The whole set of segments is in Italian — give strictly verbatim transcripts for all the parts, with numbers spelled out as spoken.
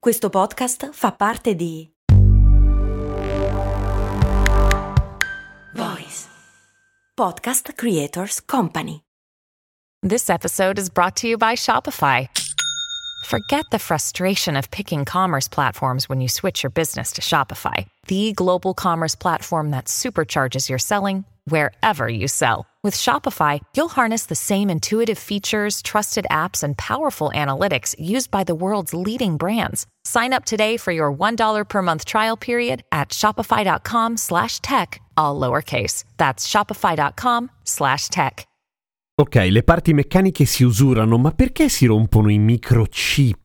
Questo podcast fa parte di Voice Podcast Creators Company. This episode is brought to you by Shopify. Forget the frustration of picking commerce platforms when you switch your business to Shopify, the global commerce platform that supercharges your selling wherever you sell. With Shopify, you'll harness the same intuitive features, trusted apps, and powerful analytics used by the world's leading brands. Sign up today for your one dollar per month trial period at shopify.com slash tech, all lowercase. That's shopify.com slash tech. Ok, le parti meccaniche si usurano, ma perché si rompono i microchip?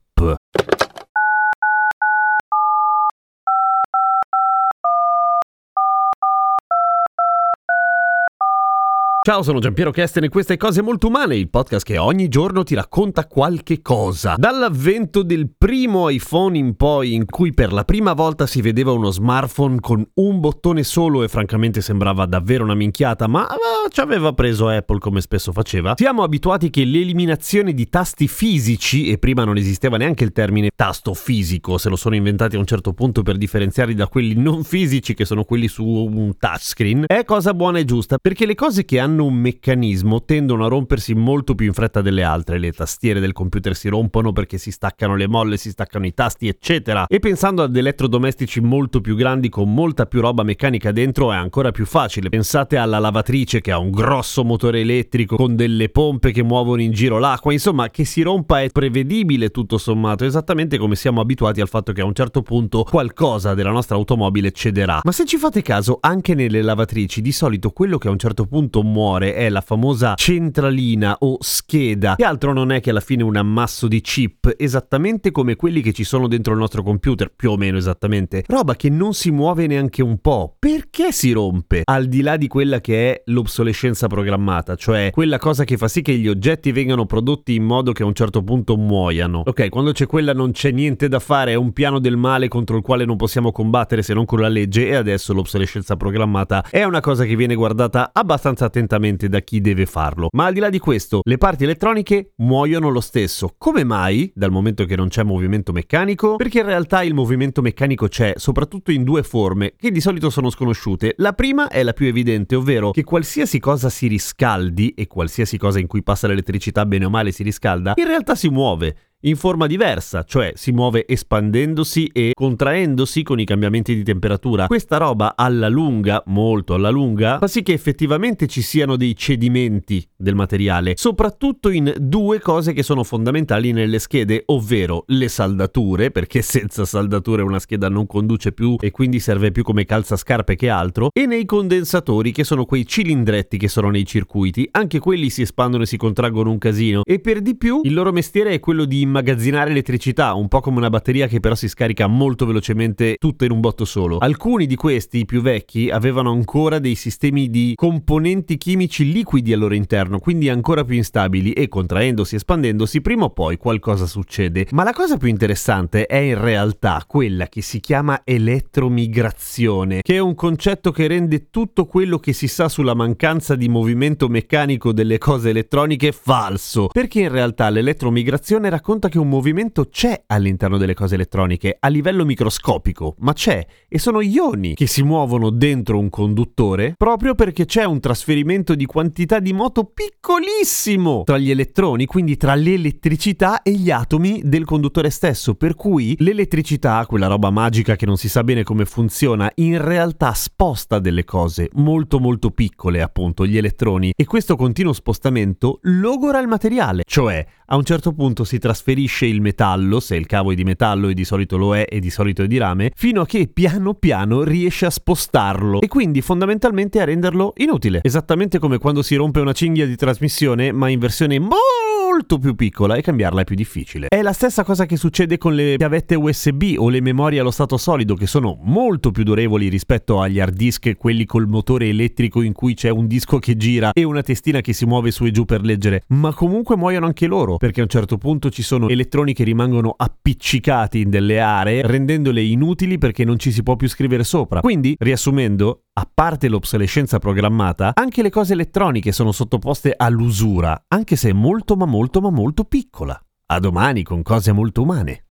Ciao, sono Giampiero Kesten e queste Cose Molto Umane, il podcast che ogni giorno ti racconta qualche cosa. Dall'avvento del primo iPhone in poi, in cui per la prima volta si vedeva uno smartphone con un bottone solo e francamente sembrava davvero una minchiata, ma uh, ci aveva preso Apple come spesso faceva, siamo abituati che l'eliminazione di tasti fisici, e prima non esisteva neanche il termine tasto fisico, se lo sono inventati a un certo punto per differenziarli da quelli non fisici che sono quelli su un touchscreen, è cosa buona e giusta, perché le cose che hanno un meccanismo tendono a rompersi molto più in fretta delle altre. Le tastiere del computer si rompono perché si staccano le molle, si staccano i tasti, eccetera. E pensando ad elettrodomestici molto più grandi con molta più roba meccanica dentro è ancora più facile. Pensate alla lavatrice che ha un grosso motore elettrico con delle pompe che muovono in giro l'acqua, insomma, che si rompa è prevedibile tutto sommato, esattamente come siamo abituati al fatto che a un certo punto qualcosa della nostra automobile cederà. Ma se ci fate caso, anche nelle lavatrici di solito quello che a un certo punto muore è la famosa centralina o scheda, che altro non è che alla fine un ammasso di chip, esattamente come quelli che ci sono dentro il nostro computer, più o meno esattamente, roba che non si muove neanche un po'. Perché si rompe? Al di là di quella che è l'obsolescenza programmata, cioè quella cosa che fa sì che gli oggetti vengano prodotti in modo che a un certo punto muoiano. Ok, quando c'è quella non c'è niente da fare, è un piano del male contro il quale non possiamo combattere se non con la legge, e adesso l'obsolescenza programmata è una cosa che viene guardata abbastanza attentamente da chi deve farlo. Ma al di là di questo, le parti elettroniche muoiono lo stesso. Come mai? Dal momento che non c'è movimento meccanico? Perché in realtà il movimento meccanico c'è, soprattutto in due forme, che di solito sono sconosciute. La prima è la più evidente, ovvero che qualsiasi cosa si riscaldi, e qualsiasi cosa in cui passa l'elettricità bene o male si riscalda, in realtà si muove. In forma diversa, cioè si muove espandendosi e contraendosi con i cambiamenti di temperatura. Questa roba alla lunga, molto alla lunga, fa sì che effettivamente ci siano dei cedimenti del materiale, soprattutto in due cose che sono fondamentali nelle schede, ovvero le saldature, perché senza saldature una scheda non conduce più e quindi serve più come calzascarpe che altro, e nei condensatori, che sono quei cilindretti che sono nei circuiti. Anche quelli si espandono e si contraggono un casino, e per di più il loro mestiere è quello di immagazzinare elettricità, un po' come una batteria che però si scarica molto velocemente tutto in un botto solo. Alcuni di questi, più vecchi, avevano ancora dei sistemi di componenti chimici liquidi al loro interno, quindi ancora più instabili, e contraendosi e espandendosi prima o poi qualcosa succede. Ma la cosa più interessante è in realtà quella che si chiama elettromigrazione, che è un concetto che rende tutto quello che si sa sulla mancanza di movimento meccanico delle cose elettroniche falso, perché in realtà l'elettromigrazione racconta che un movimento c'è all'interno delle cose elettroniche a livello microscopico, ma c'è, e sono ioni che si muovono dentro un conduttore proprio perché c'è un trasferimento di quantità di moto piccolissimo tra gli elettroni, quindi tra l'elettricità e gli atomi del conduttore stesso, per cui l'elettricità, quella roba magica che non si sa bene come funziona, in realtà sposta delle cose molto molto piccole, appunto gli elettroni, e questo continuo spostamento logora il materiale, cioè a un certo punto si trasferisce il metallo, se il cavo è di metallo, e di solito lo è e di solito è di rame, fino a che piano piano riesce a spostarlo e quindi fondamentalmente a renderlo inutile. Esattamente come quando si rompe una cinghia di trasmissione, ma in versione molto più piccola, e cambiarla è più difficile. È la stessa cosa che succede con le chiavette U S B o le memorie allo stato solido, che sono molto più durevoli rispetto agli hard disk, quelli col motore elettrico in cui c'è un disco che gira e una testina che si muove su e giù per leggere, ma comunque muoiono anche loro, perché a un certo punto ci sono elettroni che rimangono appiccicati in delle aree, rendendole inutili perché non ci si può più scrivere sopra. Quindi, riassumendo, a parte l'obsolescenza programmata, anche le cose elettroniche sono sottoposte all'usura, anche se è molto ma molto ma molto piccola. A domani con Cose Molto Umane.